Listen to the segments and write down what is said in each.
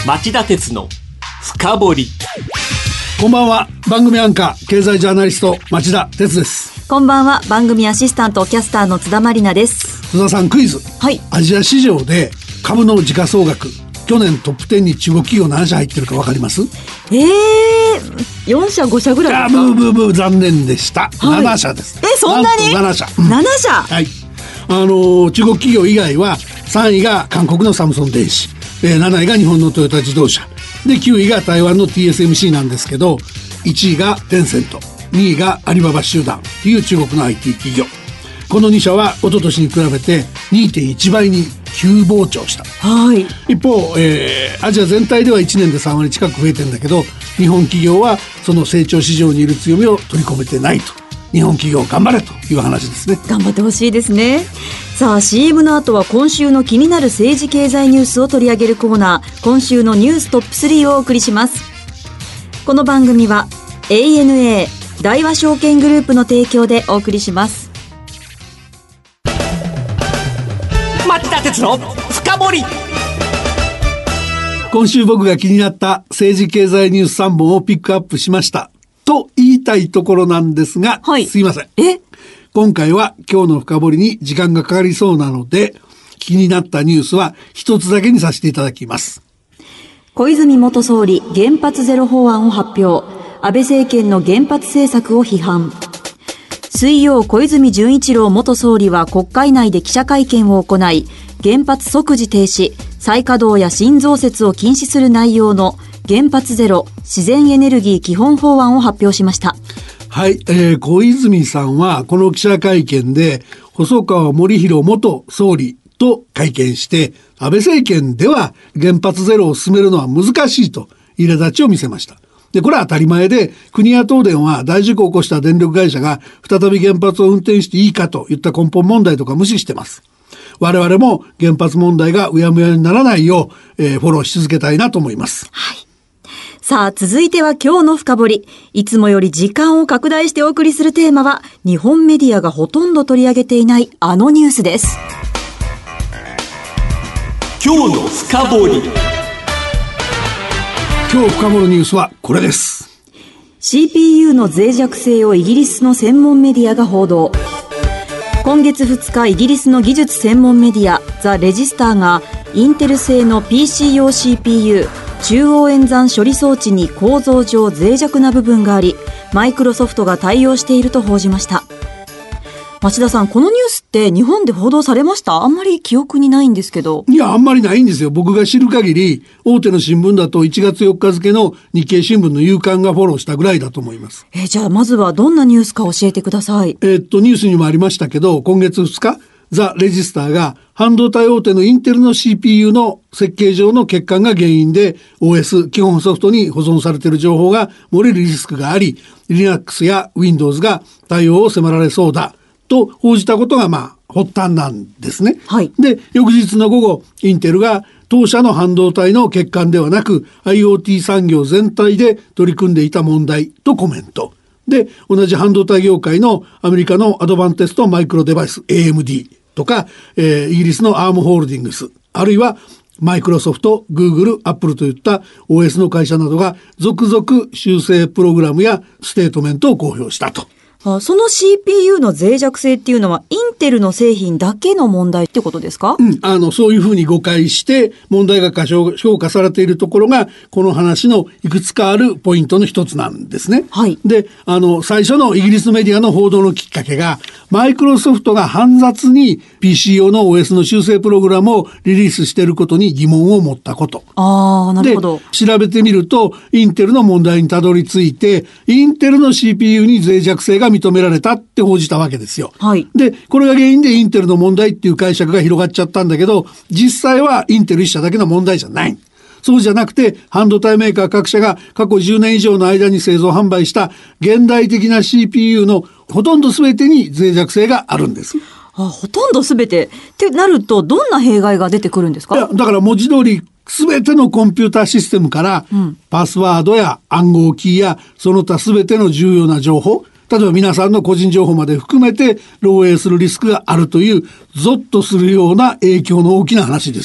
町田鉄の深掘り。 こんばんは。番組アンカー経済ジャーナリスト町田鉄です。 こんばんは。番組アシスタントキャスターの津田まりなです。 津田さん、クイズ。 はい。 アジア市場で株の時価総額、去年トップ10に中国企業何社入ってるか分かります ？4社5社ぐらいですか？ ブー残念でした、はい、7社です。 そんなに？ 7社、 7社、 はい。中国企業以外は3位が韓国のサムソン電子、7位が日本のトヨタ自動車で、9位が台湾の TSMC なんですけど、1位がテンセント、2位がアリババ集団という中国の IT 企業。この2社は一昨年に比べて 2.1 倍に急膨張した。 はい。 一方、アジア全体では1年で3割近く増えてるんだけど、日本企業はその成長市場にいる強みを取り込めてないと。日本企業頑張れという話ですね。 頑張ってほしいですね。さあ、 CM の後は今週の気になる政治経済ニュースを取り上げるコーナー、今週のニューストップ3をお送りします。この番組は ANA 大和証券グループの提供でお送りします。 町田鉄の深掘り。 今週僕が気になった政治経済ニュース3本をピックアップしましたと言いたいところなんですが、 はい、 すいません。今回は今日の深掘りに時間がかかりそうなので、気になったニュースは一つだけにさせていただきます。 小泉元総理原発ゼロ法案を発表。安倍政権の原発政策を批判。水曜、小泉純一郎元総理は国会内で記者会見を行い、原発即時停止、再稼働や新増設を禁止する内容の原発ゼロ自然エネルギー基本法案を発表しました。 はい、小泉さんはこの記者会見で細川護熙元総理と会見して、安倍政権では原発ゼロを進めるのは難しいと苛立ちを見せました。で、これは当たり前で、国や東電は大事故を起こした電力会社が再び原発を運転していいかといった根本問題とか無視してます。我々も原発問題がうやむやにならないよう、フォローし続けたいなと思います。 はい。さあ、続いては今日の深掘り。いつもより時間を拡大してお送りするテーマは、日本メディアがほとんど取り上げていないあのニュースです。 今日の深掘り。 今日深掘るニュースはこれです。 CPU の脆弱性をイギリスの専門メディアが報道。今月2日、イギリスの技術専門メディアザ・レジスターがインテル製の PC 用 CPU 中央演算処理装置に構造上脆弱な部分があり、マイクロソフトが対応していると報じました。町田さん、このニュースって日本で報道されました？あんまり記憶にないんですけど。 いや、あんまりないんですよ。僕が知る限り、大手の新聞だと1月4日付の日経新聞の夕刊がフォローしたぐらいだと思います。 じゃあまずはどんなニュースか教えてください。 ニュースにもありましたけど、今月2日、ザ・レジスターが半導体大手のインテルの CPU の設計上の欠陥が原因で OS 基本ソフトに保存されている情報が漏れるリスクがあり、Linux や Windows が対応を迫られそうだと報じたことが発端なんですね。 はい。 で、翌日の午後、インテルが当社の半導体の欠陥ではなく IoT 産業全体で取り組んでいた問題とコメント。で、同じ半導体業界のアメリカのアドバンテストマイクロデバイス AMD とか、イギリスのアームホールディングス、あるいはマイクロソフト、グーグル、アップルといった OS の会社などが続々修正プログラムやステートメントを公表したと。 その CPU の脆弱性っていうのはインテルの製品だけの問題ってことですか？ そういうふうに誤解して問題が評価されているところがこの話のいくつかあるポイントの一つなんですね。 はい。 で、最初のイギリスメディアの報道のきっかけがマイクロソフトが煩雑に PC 用の OS の修正プログラムをリリースしていることに疑問を持ったこと。 なるほど。 で、調べてみるとインテルの問題にたどり着いて、インテルの CPU に脆弱性が認められたって報じたわけですよ。 はい。 で、これが原因でインテルの問題っていう解釈が広がっちゃったんだけど、実際はインテル一社だけの問題じゃない。そうじゃなくて、半導体メーカー各社が過去10年以上の間に製造販売した現代的な CPU のほとんど全てに脆弱性があるんです。 ほとんど全てってなると、どんな弊害が出てくるんですか？ いや、だから文字通り全てのコンピューターシステムから、パスワードや暗号キーやその他全ての重要な情報、例えば皆さんの個人情報まで含めて漏洩するリスクがあるというゾッとするような影響の大きな話ですよ。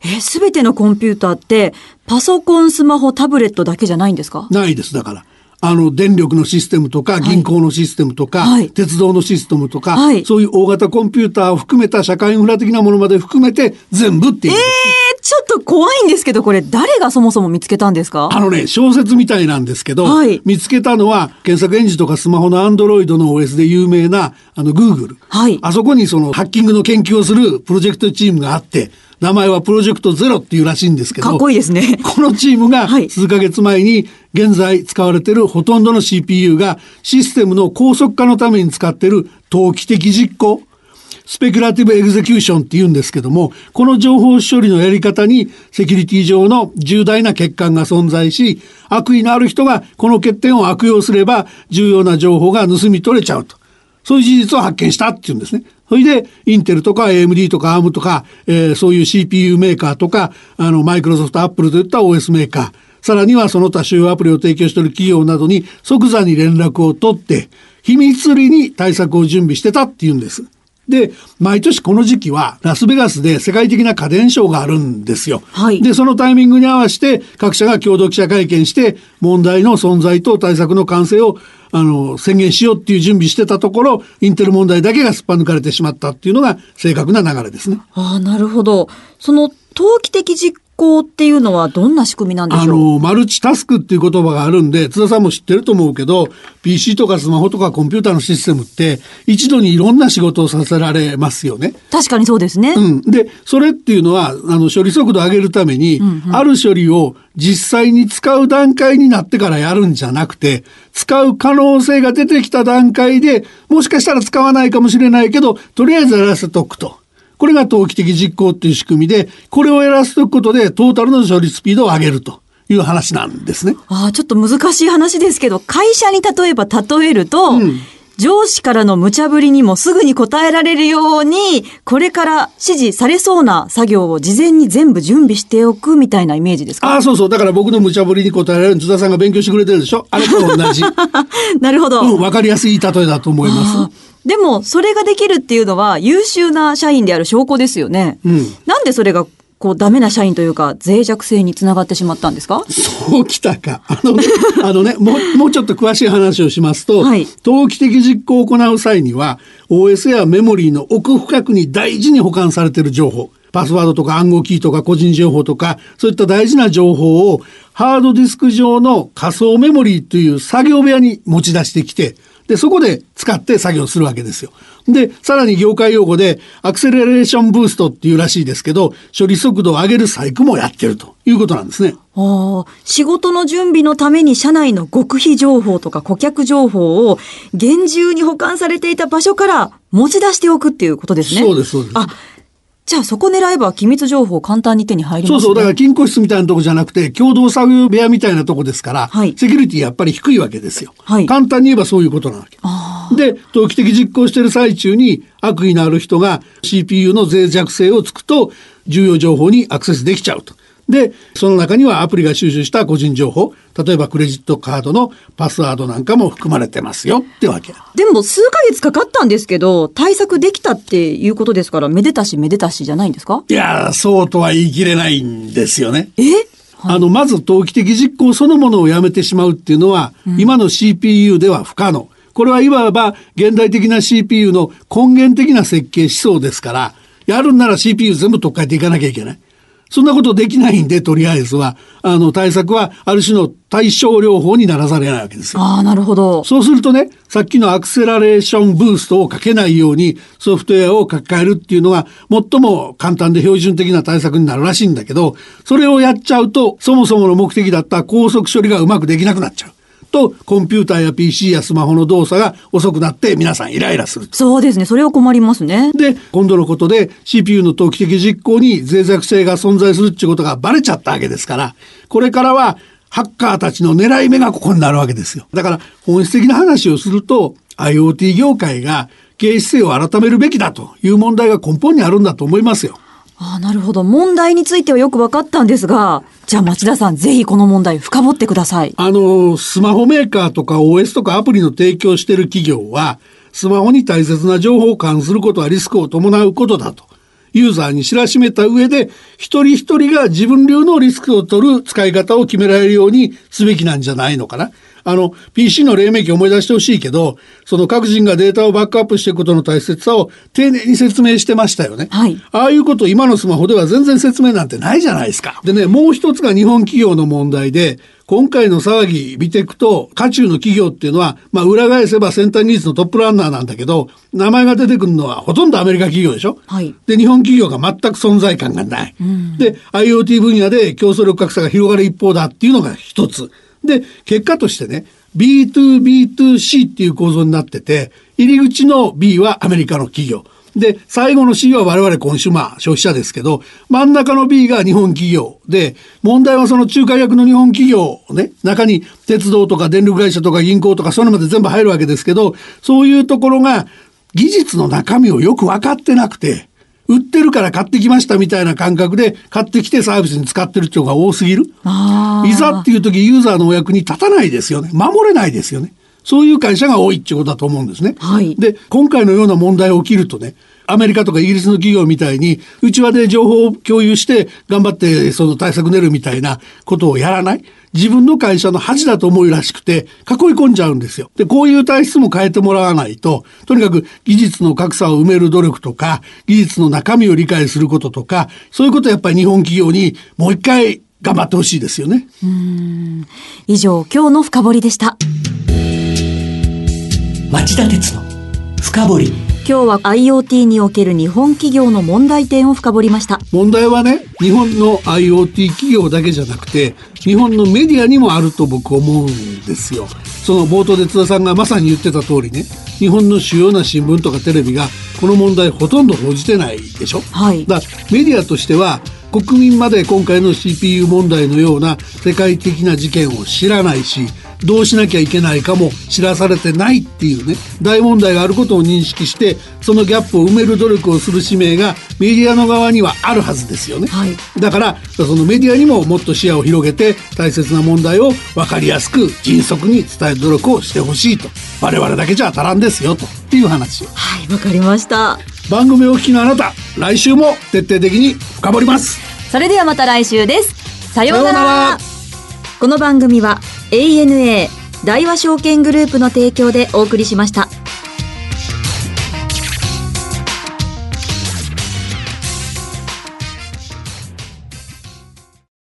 すべてのコンピューターってパソコン、スマホ、タブレットだけじゃないんですか？ ないです。だから電力のシステムとか銀行のシステムとか、 はい、 鉄道のシステムとか、 はい、 そういう大型コンピューターを含めた社会インフラ的なものまで含めて全部っていう。 ちょっと怖いんですけど、これ誰がそもそも見つけたんですか？ 小説みたいなんですけど、はい、見つけたのは検索エンジンとかスマホのアンドロイドの OS で有名なGoogle、はい、あそこにそのハッキングの研究をするプロジェクトチームがあって、名前はプロジェクトゼロっていうらしいんですけど、 かっこいいですね。 このチームが数ヶ月前に現在使われているほとんどの CPU がシステムの高速化のために使っている投機的実行、スペキュラティブエグゼキューションって言うんですけども、この情報処理のやり方にセキュリティ上の重大な欠陥が存在し、悪意のある人がこの欠点を悪用すれば重要な情報が盗み取れちゃうと。そういう事実を発見したっていうんですね。それでインテルとか AMD とか ARM とか、そういう CPU メーカーとかマイクロソフト、アップルといった OS メーカー、さらにはその他主要アプリを提供している企業などに即座に連絡を取って秘密裏に対策を準備してたっていうんです。で、毎年この時期はラスベガスで世界的な家電ショーがあるんですよ。はい、で、そのタイミングに合わせて各社が共同記者会見して問題の存在と対策の完成を宣言しようっていう準備してたところ、インテル問題だけがすっぱ抜かれてしまったっていうのが正確な流れですね。 なるほど。その投機的実行っていうのはどんな仕組みなんでしょう？ マルチタスクっていう言葉があるんで、津田さんも知ってると思うけど、PC とかスマホとかコンピューターのシステムって一度にいろんな仕事をさせられますよね。 確かにそうですね。 で、それっていうのは処理速度を上げるために、ある処理を実際に使う段階になってからやるんじゃなくて、使う可能性が出てきた段階で、もしかしたら使わないかもしれないけど、とりあえずやらせておくと。これが投機的実行っていう仕組みで、これをやらせておくことでトータルの処理スピードを上げるという話なんですね。 ちょっと難しい話ですけど、会社に例えると、上司からの無茶ぶりにもすぐに答えられるように、これから指示されそうな作業を事前に全部準備しておくみたいなイメージですか？ そうそう。だから僕の無茶ぶりに答えられるように津田さんが勉強してくれてるでしょ。あれと同じ。 なるほど。 わかりやすい例えだと思います。 でも、それができるっていうのは優秀な社員である証拠ですよね。なんでそれがダメな社員というか脆弱性につながってしまったんですか？ そうきたか。もうちょっと詳しい話をしますと、はい、投機的実行を行う際には OS やメモリーの奥深くに大事に保管されている情報、パスワードとか暗号キーとか個人情報とか、そういった大事な情報をハードディスク上の仮想メモリーという作業部屋に持ち出してきて、で、そこで使って作業するわけですよ。で、さらに業界用語でアクセレレーションブーストっていうらしいですけど、処理速度を上げる細工もやってるということなんですね。 仕事の準備のために社内の極秘情報とか顧客情報を厳重に保管されていた場所から持ち出しておくっていうことですね。 そうです、そうです。 じゃあそこ狙えば機密情報簡単に手に入りますね。 そうそう。だから金庫室みたいなとこじゃなくて共同作業部屋みたいなとこですから、はい、セキュリティやっぱり低いわけですよ。はい、簡単に言えばそういうことなわけ。で、投機的実行している最中に悪意のある人が CPU の脆弱性をつくと重要情報にアクセスできちゃうと。で、その中にはアプリが収集した個人情報、例えばクレジットカードのパスワードなんかも含まれてますよってわけ。 でも数ヶ月かかったんですけど、対策できたっていうことですから、めでたしめでたしじゃないんですか？ いや、そうとは言い切れないんですよね。まず投機的実行そのものをやめてしまうっていうのは、今の CPU では不可能。これはいわば現代的な CPU の根源的な設計思想ですから、やるんなら CPU 全部取っ替えていかなきゃいけない。そんなことできないんで、とりあえずは対策はある種の対症療法にならざるを得ないわけですよ。 なるほど。 そうするとね、さっきのアクセラレーションブーストをかけないようにソフトウェアを書き換えるっていうのが最も簡単で標準的な対策になるらしいんだけど、それをやっちゃうとそもそもの目的だった高速処理がうまくできなくなっちゃうと、コンピューターや PC やスマホの動作が遅くなって皆さんイライラする。 そうですね。それは困りますね。 で、今度のことで CPU の投機的実行に脆弱性が存在するっていうことがバレちゃったわけですから、これからはハッカーたちの狙い目がここになるわけですよ。だから本質的な話をすると IoT 業界が経営姿勢を改めるべきだという問題が根本にあるんだと思いますよ。 なるほど。問題についてはよく分かったんですが、じゃあ町田さん、ぜひこの問題深掘ってください。 スマホメーカーとか OS とかアプリの提供している企業は、スマホに大切な情報を管することはリスクを伴うことだとユーザーに知らしめた上で、一人一人が自分流のリスクを取る使い方を決められるようにすべきなんじゃないのかな。PC の黎明期を思い出してほしいけど、その各人がデータをバックアップしていくことの大切さを丁寧に説明してましたよね。 はい。 ああいうこと今のスマホでは全然説明なんてないじゃないですか。でね、もう一つが日本企業の問題で、今回の騒ぎ見ていくと、渦中の企業っていうのは、裏返せば先端技術のトップランナーなんだけど、名前が出てくるのはほとんどアメリカ企業でしょ。 はい。 で、日本企業が全く存在感がない。で、IoT 分野で競争力格差が広がる一方だっていうのが一つ。で、結果としてね、B2B2C っていう構造になってて、入り口の B はアメリカの企業。で、最後の C は我々コンシューマー、消費者ですけど、真ん中の B が日本企業で、問題はその仲介役の日本企業ね、中に鉄道とか電力会社とか銀行とかそういうのまで全部入るわけですけど、そういうところが技術の中身をよく分かってなくて、売ってるから買ってきましたみたいな感覚で買ってきてサービスに使ってるっていうのが多すぎる。いざっていう時ユーザーのお役に立たないですよね。守れないですよね。そういう会社が多いっていうことだと思うんですね。 はい。 で、今回のような問題が起きるとね、アメリカとかイギリスの企業みたいに内輪で情報を共有して頑張ってその対策練るみたいなことをやらない。自分の会社の恥だと思うらしくて囲い込んじゃうんですよ。で、こういう体質も変えてもらわないと、とにかく技術の格差を埋める努力とか、技術の中身を理解することとか、そういうことをやっぱり日本企業にもう一回頑張ってほしいですよね。 以上、今日の深掘りでした。 町田鉄の深掘り。 今日は IoT における日本企業の問題点を深掘りました。 問題はね、日本の IoT 企業だけじゃなくて、日本のメディアにもあると僕思うんですよ。その冒頭で津田さんがまさに言ってた通りね、日本の主要な新聞とかテレビがこの問題ほとんど報じてないでしょ。 はい。 だからメディアとしては国民まで今回の CPU 問題のような世界的な事件を知らないし、どうしなきゃいけないかも知らされてないっていうね、大問題があることを認識してそのギャップを埋める努力をする使命がメディアの側にはあるはずですよね。 はい。 だからそのメディアにももっと視野を広げて大切な問題を分かりやすく迅速に伝える努力をしてほしいと。我々だけじゃ当たらんですよという話を。 はい、わかりました。 番組をお聞きのあなた、来週も徹底的に深掘ります。 それではまた来週です。さようなら。 さようなら。 この番組は ANA 大和証券グループの提供でお送りしました。